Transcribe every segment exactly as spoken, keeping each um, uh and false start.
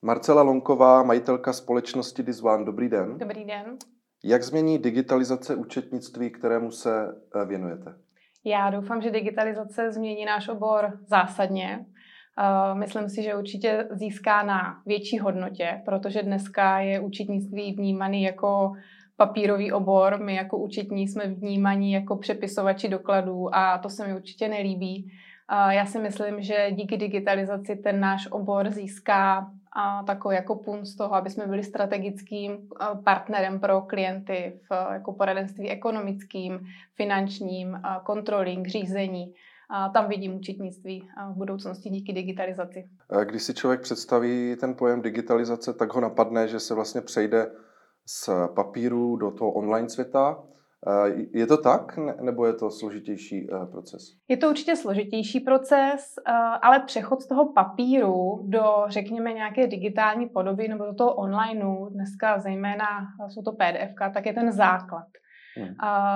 Marcela Lonková, majitelka společnosti This One. Dobrý den. Dobrý den. Jak změní digitalizace účetnictví, kterému se věnujete? Já doufám, že digitalizace změní náš obor zásadně. Myslím si, že určitě získá na větší hodnotě, protože dneska je účetnictví vnímaný jako papírový obor. My jako účetní jsme vnímaní jako přepisovači dokladů a to se mi určitě nelíbí. Já si myslím, že díky digitalizaci ten náš obor získá takový jako punc toho, aby jsme byli strategickým partnerem pro klienty v jako poradenství ekonomickým, finančním, controlling, řízení. Tam vidím účetnictví v budoucnosti díky digitalizaci. Když si člověk představí ten pojem digitalizace, tak ho napadne, že se vlastně přejde z papíru do toho online světa. Je to tak, nebo je to složitější proces? Je to určitě složitější proces, ale přechod z toho papíru do, řekněme, nějaké digitální podoby nebo do toho onlineu, dneska zejména jsou to P D F ka, tak je ten základ. Hmm.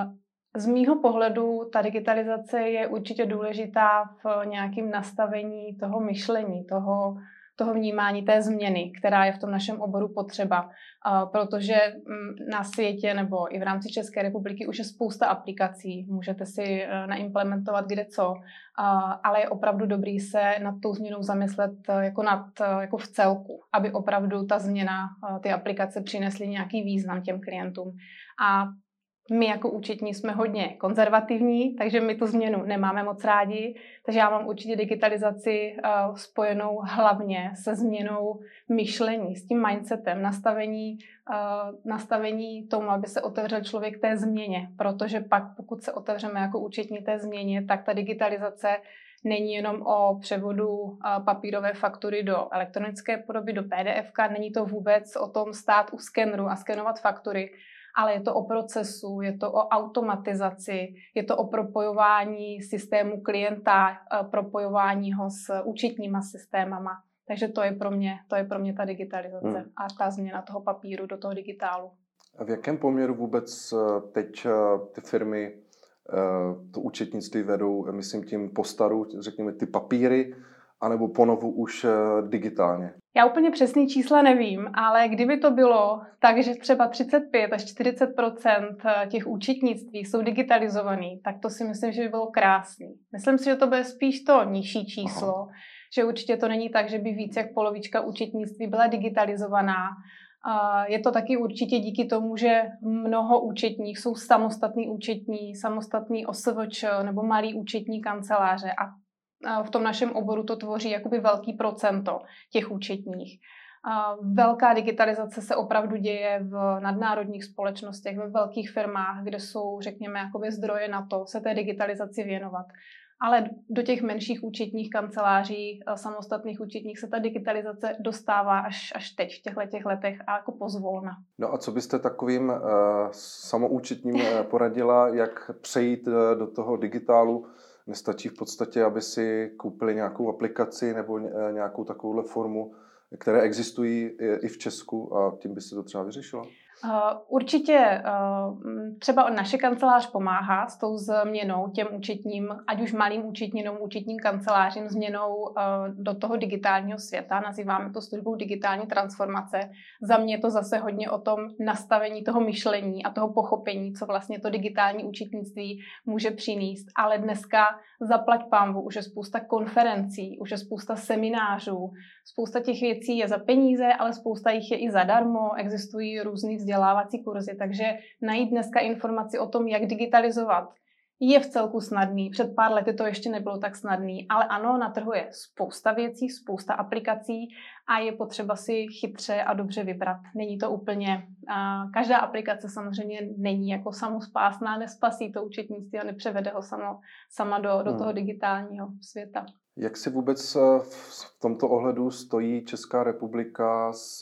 Z mýho pohledu ta digitalizace je určitě důležitá v nějakém nastavení toho myšlení, toho, toho vnímání té změny, která je v tom našem oboru potřeba. Protože na světě nebo i v rámci České republiky už je spousta aplikací, můžete si naimplementovat kde co, ale je opravdu dobrý se nad tou změnou zamyslet jako, nad, jako v celku, aby opravdu ta změna, ty aplikace přinesly nějaký význam těm klientům. A my jako účetní jsme hodně konzervativní, takže my tu změnu nemáme moc rádi, takže já mám určitě digitalizaci uh, spojenou hlavně se změnou myšlení, s tím mindsetem, nastavení, uh, nastavení tomu, aby se otevřel člověk té změně, protože pak, pokud se otevřeme jako účetní té změně, tak ta digitalizace není jenom o převodu uh, papírové faktury do elektronické podoby, do P D F ka, není to vůbec o tom stát u skeneru a skenovat faktury, ale je to o procesu, je to o automatizaci, je to o propojování systému klienta, propojování ho s účetníma systémama. Takže to je pro mě, to je pro mě ta digitalizace hmm. a ta změna toho papíru do toho digitálu. A v jakém poměru vůbec teď ty firmy to účetnictví vedou, myslím tím po staru, řekněme ty papíry, anebo ponovu už digitálně? Já úplně přesný čísla nevím, ale kdyby to bylo tak, že třeba třicet pět až čtyřicet procent těch účetnictví jsou digitalizovaný, tak to si myslím, že by bylo krásný. Myslím si, že to bude spíš to nižší číslo, Aha. že určitě to není tak, že by víc jak polovička účetnictví byla digitalizovaná. Je to taky určitě díky tomu, že mnoho účetních jsou samostatný účetní, samostatný O S V Č nebo malý účetní kanceláře a v tom našem oboru to tvoří jakoby velký procento těch účetních. Velká digitalizace se opravdu děje v nadnárodních společnostech, ve velkých firmách, kde jsou, řekněme, jakoby zdroje na to se té digitalizaci věnovat. Ale do těch menších účetních kanceláří, samostatných účetních se ta digitalizace dostává až, až teď, v těchto těch letech a jako pozvolna. No a co byste takovým uh, samoučetním poradila, jak přejít uh, do toho digitálu? Nestačí v podstatě, aby si koupili nějakou aplikaci nebo nějakou takovouhle formu, které existují i v Česku a tím by se to třeba vyřešilo? Určitě třeba naše kancelář pomáhá s tou změnou těm účetním, ať už malým účetninům, účetním kancelářím, změnou do toho digitálního světa. Nazýváme to službou digitální transformace. Za mě je to zase hodně o tom nastavení toho myšlení a toho pochopení, co vlastně to digitální účetnictví může přinést. Ale dneska zaplať pánvu, už je spousta konferencí, už je spousta seminářů, spousta těch věcí je za peníze, ale spousta jich je i zadarmo, existují různý vzdělávací kurzy, takže najít dneska informaci o tom, jak digitalizovat, je v celku snadný. Před pár lety to ještě nebylo tak snadný, ale ano, na trhu je spousta věcí, spousta aplikací a je potřeba si chytře a dobře vybrat. Není to úplně, a každá aplikace samozřejmě není jako samospásná, nespasí to účetnictví a nepřevede ho samo, sama do, do toho digitálního světa. Jak si vůbec v tomto ohledu stojí Česká republika s,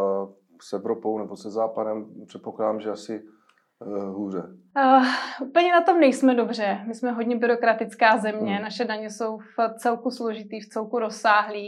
s Evropou nebo se Západem? Předpokládám, že asi uh, hůře. Uh, úplně na tom nejsme dobře. My jsme hodně byrokratická země, hmm. naše daně jsou v celku složitý, v celku rozsáhlý.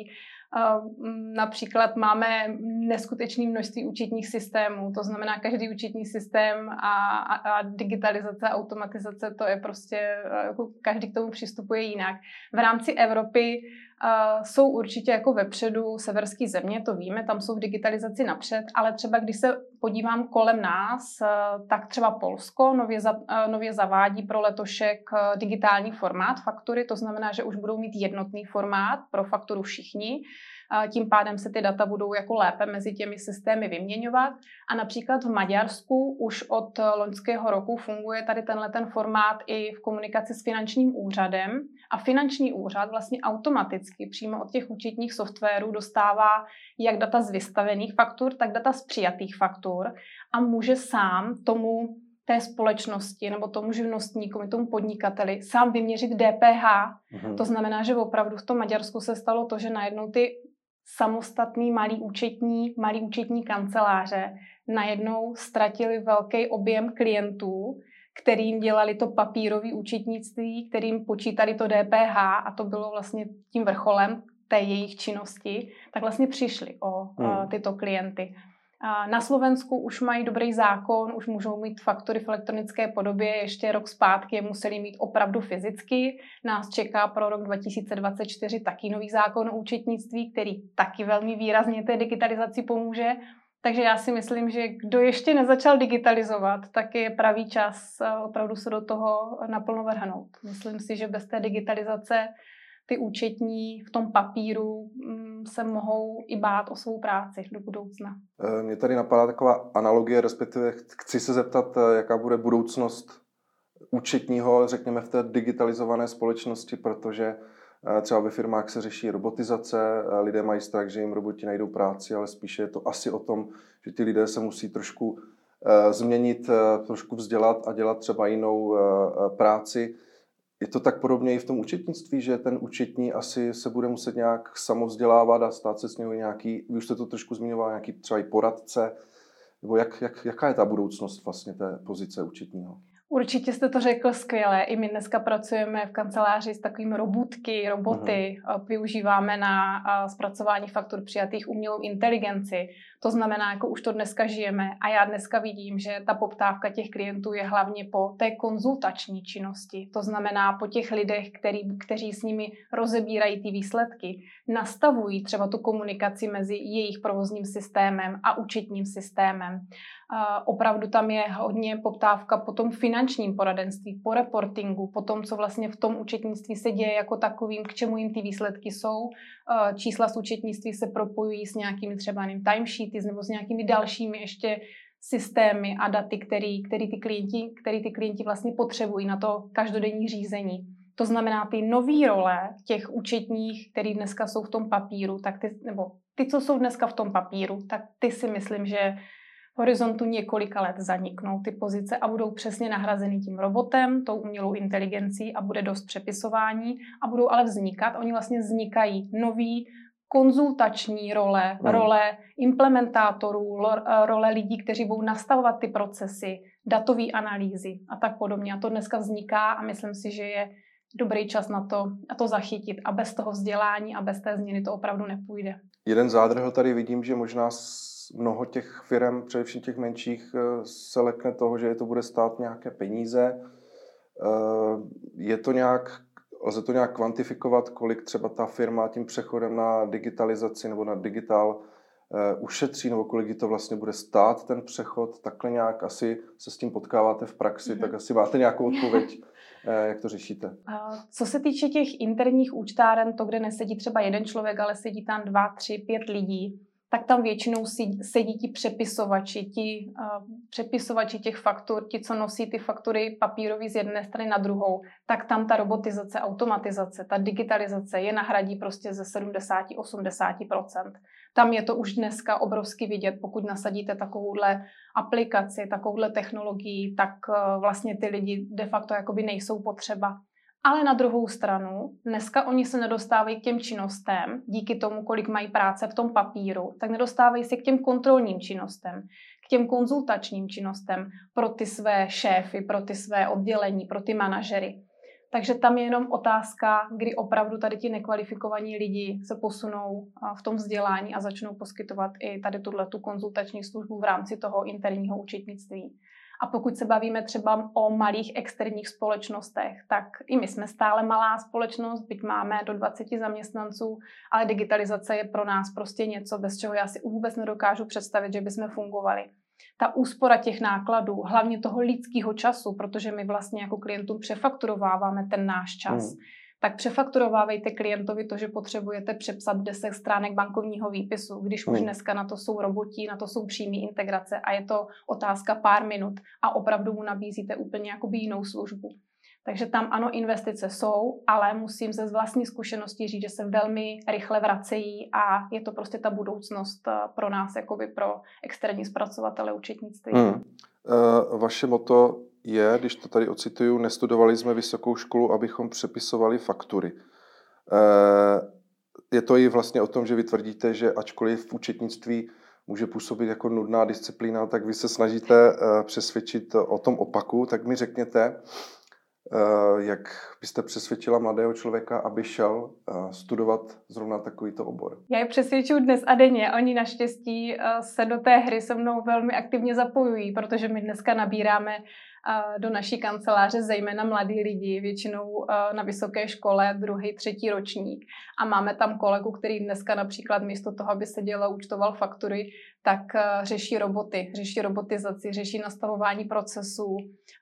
Například máme neskutečné množství účetních systémů, to znamená každý účetní systém a, a, a digitalizace, automatizace, to je prostě, jako každý k tomu přistupuje jinak. V rámci Evropy uh, jsou určitě jako vepředu severské země, to víme, tam jsou v digitalizaci napřed, ale třeba když se podívám kolem nás, uh, tak třeba Polsko nově, za, uh, nově zavádí pro letošek uh, digitální formát faktury, to znamená, že už budou mít jednotný formát pro fakturu všichni. Tím pádem se ty data budou jako lépe mezi těmi systémy vyměňovat. A například v Maďarsku už od loňského roku funguje tady tenhle ten formát i v komunikaci s finančním úřadem. A finanční úřad vlastně automaticky přímo od těch účetních softwarů dostává jak data z vystavených faktur, tak data z přijatých faktur a může sám tomu té společnosti nebo tomu živnostníkovi, tomu podnikateli sám vyměřit D P H. Mhm. To znamená, že opravdu v tom Maďarsku se stalo to, že najednou ty samostatný malý účetní, malý účetní kanceláře najednou ztratili velký objem klientů, kterým dělali to papírové účetnictví, kterým počítali to D P H a to bylo vlastně tím vrcholem té jejich činnosti, tak vlastně přišli o hmm. tyto klienty. Na Slovensku už mají dobrý zákon, už můžou mít faktury v elektronické podobě, ještě rok zpátky je museli mít opravdu fyzicky. Nás čeká pro rok dva tisíce dvacet čtyři taky nový zákon o účetnictví, který taky velmi výrazně té digitalizaci pomůže. Takže já si myslím, že kdo ještě nezačal digitalizovat, tak je pravý čas opravdu se do toho naplno vrhnout. Myslím si, že bez té digitalizace ty účetní v tom papíru se mohou i bát o svou práci do budoucna. Mně tady napadá taková analogie, respektive chci se zeptat, jaká bude budoucnost účetního, řekněme, v té digitalizované společnosti, protože třeba ve firmách se řeší robotizace, lidé mají strach, že jim roboti najdou práci, ale spíše je to asi o tom, že ty lidé se musí trošku změnit, trošku vzdělat a dělat třeba jinou práci. Je to tak podobně i v tom účetnictví, že ten účetní asi se bude muset nějak samovzdělávat a stát se s něho nějaký, vy už jste to trošku zmiňoval, nějaký třeba i poradce, nebo jak, jak, jaká je ta budoucnost vlastně té pozice účetního? Určitě jste to řekl skvěle. I my dneska pracujeme v kanceláři s takovými robotky, roboty. Uh-huh. Využíváme na zpracování faktur přijatých umělou inteligenci. To znamená, jako už to dneska žijeme. A já dneska vidím, že ta poptávka těch klientů je hlavně po té konzultační činnosti. To znamená po těch lidech, který, kteří s nimi rozebírají ty výsledky, nastavují třeba tu komunikaci mezi jejich provozním systémem a účetním systémem. Uh, opravdu tam je hodně poptávka po tom finančním poradenství, po reportingu, po tom, co vlastně v tom účetnictví se děje jako takovým, k čemu jim ty výsledky jsou. Uh, čísla z účetnictví se propojují s nějakými třeba timesheety nebo s nějakými dalšími ještě systémy a daty, který, který, ty klienti, který ty klienti vlastně potřebují na to každodenní řízení. To znamená, ty nové role těch účetních, který dneska jsou v tom papíru, tak ty, nebo ty, co jsou dneska v tom papíru, tak ty si myslím, že v horizontu několika let zaniknou ty pozice a budou přesně nahrazeny tím robotem, tou umělou inteligencí a bude dost přepisování a budou ale vznikat. Oni vlastně vznikají nový konzultační role, hmm. role implementátorů, role lidí, kteří budou nastavovat ty procesy, datové analýzy a tak podobně. A to dneska vzniká a myslím si, že je dobrý čas na to, a to zachytit. A bez toho vzdělání a bez té změny to opravdu nepůjde. Jeden zádrhel tady vidím, že možná mnoho těch firem, především těch menších, se lekne toho, že je to bude stát nějaké peníze. Je to nějak, lze to nějak kvantifikovat, kolik třeba ta firma tím přechodem na digitalizaci nebo na digitál ušetří, nebo kolik to vlastně bude stát ten přechod? Takhle nějak asi se s tím potkáváte v praxi, mm-hmm. tak asi máte nějakou odpověď, jak to řešíte? Co se týče těch interních účtáren, to, kde nesedí třeba jeden člověk, ale sedí tam dva, tři, pět lidí, tak tam většinou sedí ti přepisovači, ti uh, přepisovači těch faktur, ti, co nosí ty faktury papírový z jedné strany na druhou, tak tam ta robotizace, automatizace, ta digitalizace je nahradí prostě ze sedmdesát až osmdesát procent. Tam je to už dneska obrovsky vidět, pokud nasadíte takovouhle aplikaci, takovouhle technologii, tak uh, vlastně ty lidi de facto jakoby nejsou potřeba. Ale na druhou stranu, dneska oni se nedostávají k těm činnostem, díky tomu, kolik mají práce v tom papíru, tak nedostávají se k těm kontrolním činnostem, k těm konzultačním činnostem pro ty své šéfy, pro ty své oddělení, pro ty manažery. Takže tam je jenom otázka, kdy opravdu tady ti nekvalifikovaní lidi se posunou v tom vzdělání a začnou poskytovat i tady tuhletu konzultační službu v rámci toho interního účetnictví. A pokud se bavíme třeba o malých externích společnostech, tak i my jsme stále malá společnost, byť máme do dvaceti zaměstnanců, ale digitalizace je pro nás prostě něco, bez čeho já si vůbec nedokážu představit, že bychom fungovali. Ta úspora těch nákladů, hlavně toho lidského času, protože my vlastně jako klientům přefakturováváme ten náš čas, hmm. tak přefakturovávejte klientovi to, že potřebujete přepsat deset stránek bankovního výpisu, když už dneska na to jsou roboti, na to jsou přímé integrace a je to otázka pár minut a opravdu mu nabízíte úplně jakoby jinou službu. Takže tam ano, investice jsou, ale musím se z vlastní zkušenosti říct, že se velmi rychle vracejí a je to prostě ta budoucnost pro nás, jakoby pro externí zpracovatele účetnictví. Hmm. Uh, vaše motto je, když to tady ocituju, nestudovali jsme vysokou školu, abychom přepisovali faktury. Uh, je to i vlastně o tom, že vy tvrdíte, že ačkoliv v účetnictví může působit jako nudná disciplína, tak vy se snažíte uh, přesvědčit o tom opaku. Tak mi řekněte, jak byste přesvědčila mladého člověka, aby šel studovat zrovna takovýto obor? Já je přesvědčuji dnes a denně. Oni naštěstí se do té hry se mnou velmi aktivně zapojují, protože my dneska nabíráme do naší kanceláře zejména mladí lidi, většinou na vysoké škole, druhý, třetí ročník. A máme tam kolegu, který dneska například místo toho, aby seděl a účtoval faktury, tak řeší roboty, řeší robotizaci, řeší nastavování procesů.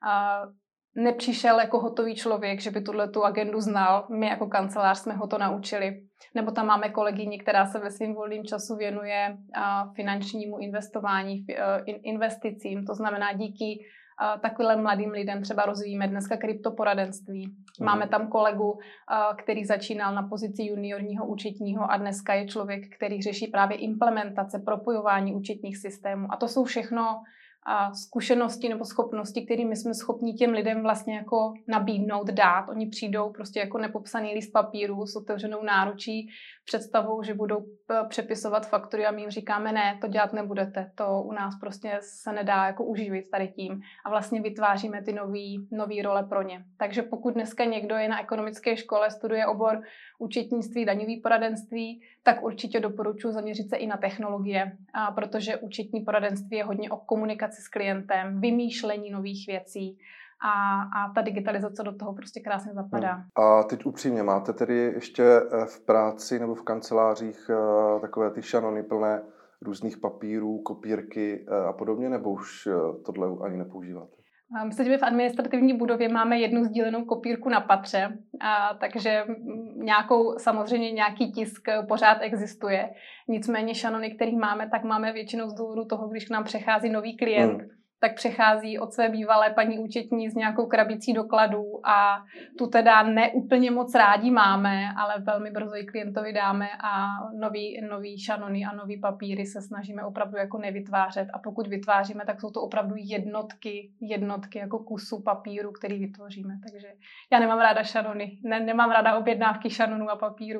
Nepřišel jako hotový člověk, že by tu agendu znal. My jako kancelář jsme ho to naučili. Nebo tam máme kolegyni, která se ve svém volném času věnuje finančnímu investování, investicím. To znamená, díky takovým mladým lidem třeba rozvíjíme dneska kryptoporadenství. Mm. Máme tam kolegu, který začínal na pozici juniorního účetního a dneska je člověk, který řeší právě implementace, propojování účetních systémů. A to jsou všechno a zkušenosti nebo schopnosti, kterými jsme schopni těm lidem vlastně jako nabídnout, dát. Oni přijdou prostě jako nepopsaný list papíru s otevřenou náručí, představou, že budou přepisovat faktury a my jim říkáme, ne, to dělat nebudete, to u nás prostě se nedá jako uživit tady tím a vlastně vytváříme ty nový, nový role pro ně. Takže pokud dneska někdo je na ekonomické škole, studuje obor účetnictví, daňový poradenství, tak určitě doporučuji zaměřit se i na technologie, a protože účetní poradenství je hodně o komunikaci s klientem, vymýšlení nových věcí a, a ta digitalizace do toho prostě krásně zapadá. Hmm. A teď upřímně, máte tedy ještě v práci nebo v kancelářích takové ty šanony plné různých papírů, kopírky a podobně, nebo už tohle ani nepoužíváte? Myslím, že v administrativní budově máme jednu sdílenou kopírku na patře, a, takže nějakou, samozřejmě nějaký tisk pořád existuje. Nicméně šanony, který máme, tak máme většinou z důvodu toho, když k nám přechází nový klient, hmm. tak přechází od své bývalé paní účetní s nějakou krabicí dokladů a tu teda neúplně moc rádi máme, ale velmi brzo ji klientovi dáme a nový, nový šanony a nový papíry se snažíme opravdu jako nevytvářet a pokud vytváříme, tak jsou to opravdu jednotky, jednotky jako kusů papíru, který vytvoříme, takže já nemám ráda šanony, ne, nemám ráda objednávky šanonů a papíru.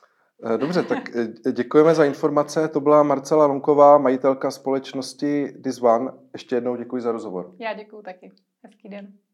Dobře, tak děkujeme za informace. To byla Marcela Lonková, majitelka společnosti This One. Ještě jednou děkuji za rozhovor. Já děkuji taky. Hezký den.